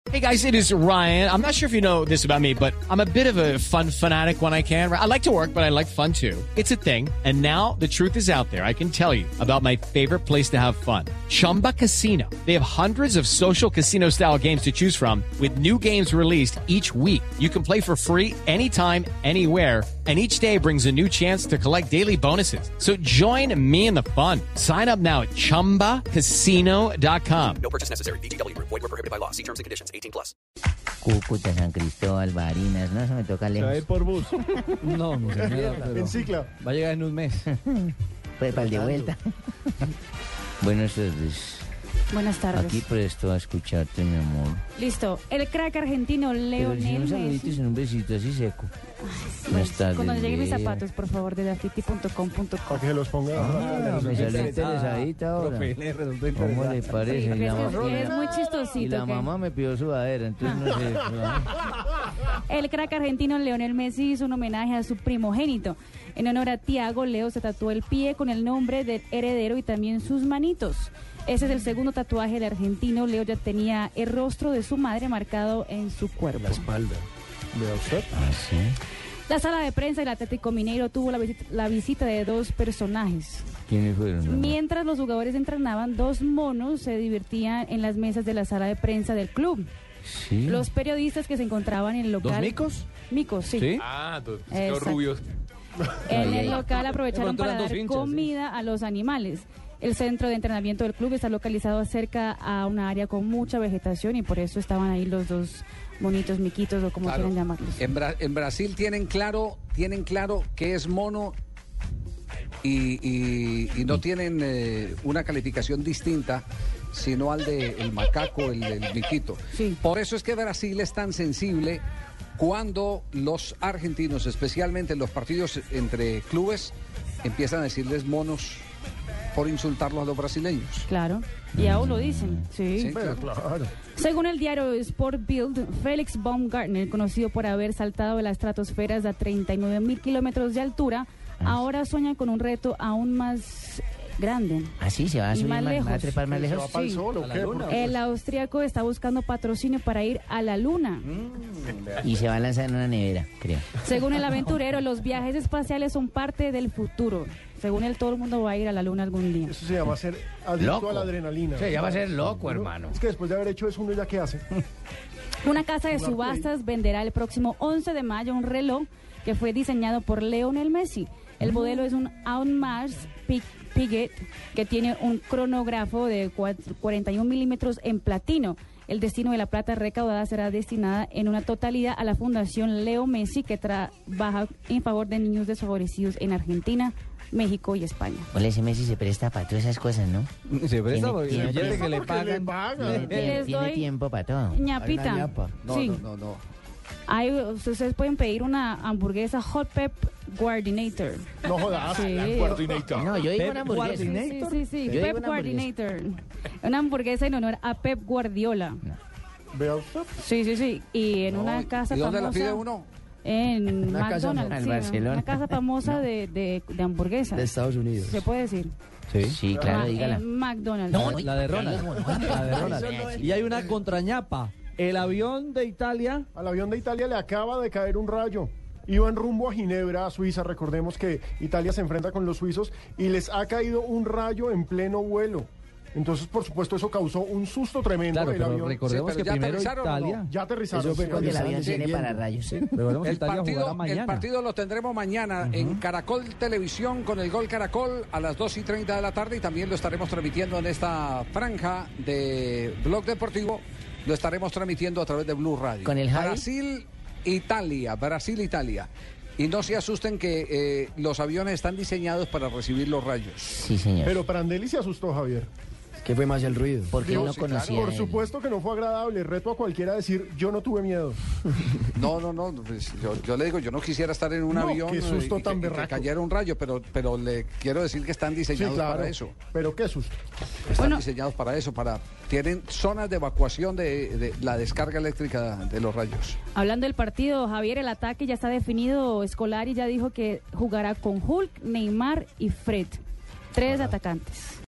Hey guys, it is Ryan. I'm not sure if you know this about me, but I'm a bit of a fun fanatic when I can. I like to work, but I like fun too. It's a thing. And now the truth is out there. I can tell you about my favorite place to have fun. Chumba Casino. They have hundreds of social casino style games to choose from with new games released each week. You can play for free anytime, anywhere. And each day brings a new chance to collect daily bonuses. So join me in the fun. Sign up now at ChumbaCasino.com. No purchase necessary. VGW Group. Void where prohibited by law. See terms and conditions. 18+. Cúcuta, San Cristóbal, Barinas, no, eso me toca ¿Se va a lejos. ir por bus? No, mi señora, pero En cicla. va a llegar en un mes. Pues para el de vuelta. Buenas tardes. Buenas tardes. Aquí presto a escucharte, mi amor. Listo. El crack argentino Pero si Leonel un saludito y Messi. sin un besito así seco. Buenas tardes. Cuando lleguen mis Leo. zapatos, por favor, de dafiti.com.co. Para que se los ponga. Me salió interesadita ahora. Profe, le resultó ¿Cómo le interesante. parece? Sí, Y la es mamá- muy y chistosito. la ¿qué? mamá me pidió sudadera, entonces no sé. El crack argentino Leonel Messi hizo un homenaje a su primogénito. En honor a Tiago, Leo se tatuó el pie con el nombre del heredero y también sus manitos. Ese es el segundo tatuaje del argentino. Leo ya tenía el rostro de su madre marcado en su cuerpo. La espalda. ¿Vea usted? ¿Ah, sí? La sala de prensa del Atlético Mineiro tuvo la visita de dos personajes. ¿Quiénes fueron? mamá? Mientras los jugadores entrenaban, dos monos se divertían en las mesas de la sala de prensa del club. Sí. Los periodistas que se encontraban en el local... ¿Dos micos? Micos, sí. ¿Sí? Exacto. rubios. En el local aprovecharon De pronto para eran dar dos hinchas, comida a los animales. El centro de entrenamiento del club está localizado cerca a una área con mucha vegetación y por eso estaban ahí los dos monitos, miquitos o como Claro. quieran llamarlos. En Brasil tienen claro qué es mono y no tienen una calificación distinta sino al de el macaco, el miquito. Sí. Por eso es que Brasil es tan sensible cuando los argentinos, especialmente en los partidos entre clubes, empiezan a decirles monos por insultarlos a los brasileños. Claro, y aún lo dicen, sí. Sí, Pero claro. claro. Según el diario Sport Bild, Felix Baumgartner, conocido por haber saltado de la estratosfera a 39.000 kilómetros de altura, ahora sueña con un reto aún más grande. ¿Ah, sí? ¿Se va a Y subir más más, lejos. va a trepar más ¿Se va lejos? para el Sí. sol o ¿A la qué? luna? Porque- El austríaco está buscando patrocinio para ir a la luna. Y se va a lanzar en una nevera, creo. Según el aventurero, los viajes espaciales son parte del futuro. Según él, todo el mundo va a ir a la luna algún día. Eso se llama ser adicto Loco. a la adrenalina. Sí, ya va a ser loco, Uno- hermano. Es que después de haber hecho eso, uno ya qué hace. Una casa de subastas venderá el próximo 11 de mayo un reloj que fue diseñado por Leonel Messi. El modelo es un Audemars Piguet que tiene un cronógrafo de 41 milímetros en platino. El destino de la plata recaudada será destinada en una totalidad a la Fundación Leo Messi, que trabaja en favor de niños desfavorecidos en Argentina, México y España. Hola, ese Messi se presta para todas esas cosas, ¿no? Se presta Tiene porque tiempo. el billete que le Porque le pagan. pagan. Les Tiene doy- tiempo para todo. Ñapita. No, Sí. no. Ustedes pueden pedir una hamburguesa Hot Pep Guardinator. No jodas. Sí. Coordinator. No, yo digo Pep una hamburguesa. Sí. Yo digo Pep una Guardinator. Una hamburguesa en honor a Pep Guardiola. Vea usted. Sí. Y en No, una casa ¿y dónde famosa. la pide uno? En Una casa McDonald's. en sí, Barcelona. una casa famosa de hamburguesas. Estados Unidos. Se puede decir. Sí, claro, dígala. En McDonald's. No, La de Ronald. La de Ronald. Y hay una contrañapa. El avión de Italia. Al avión de Italia le acaba de caer un rayo. Iban rumbo a Ginebra, a Suiza. Recordemos que Italia se enfrenta con los suizos y les ha caído un rayo en pleno vuelo. Entonces, por supuesto, eso causó un susto tremendo. Claro, El pero avión recordemos Sí, que pero ¿ya primero aterrizaron o no? Italia. ya aterrizaron. Eso fue sí, Porque el aterrizaron. avión tiene para rayos. Recordemos que Italia jugará El mañana. partido lo tendremos mañana en Caracol Televisión con el Gol Caracol a las 2:30 de la tarde y también lo estaremos transmitiendo en esta franja de Blog Deportivo. Lo estaremos transmitiendo a través de Blue Radio. ¿Con el Javi? Brasil-Italia. Y no se asusten que los aviones están diseñados para recibir los rayos. Sí, señor. Pero Prandelli se asustó, Javier. ¿Qué fue más el ruido? Porque él no sí, claro. conocía. Por el- supuesto que no fue agradable. Reto a cualquiera a decir, yo no tuve miedo. No, pues, yo le digo, yo no quisiera estar en un No, avión qué susto y tan que berraco. cayera un rayo, pero le quiero decir que están Sí, diseñados claro. para eso. Pero qué susto. Están Bueno. diseñados para eso, tienen zonas de evacuación de la descarga eléctrica de los rayos. Hablando del partido, Javier, el ataque ya está definido. Scolari ya dijo que jugará con Hulk, Neymar y Fred. 3 atacantes.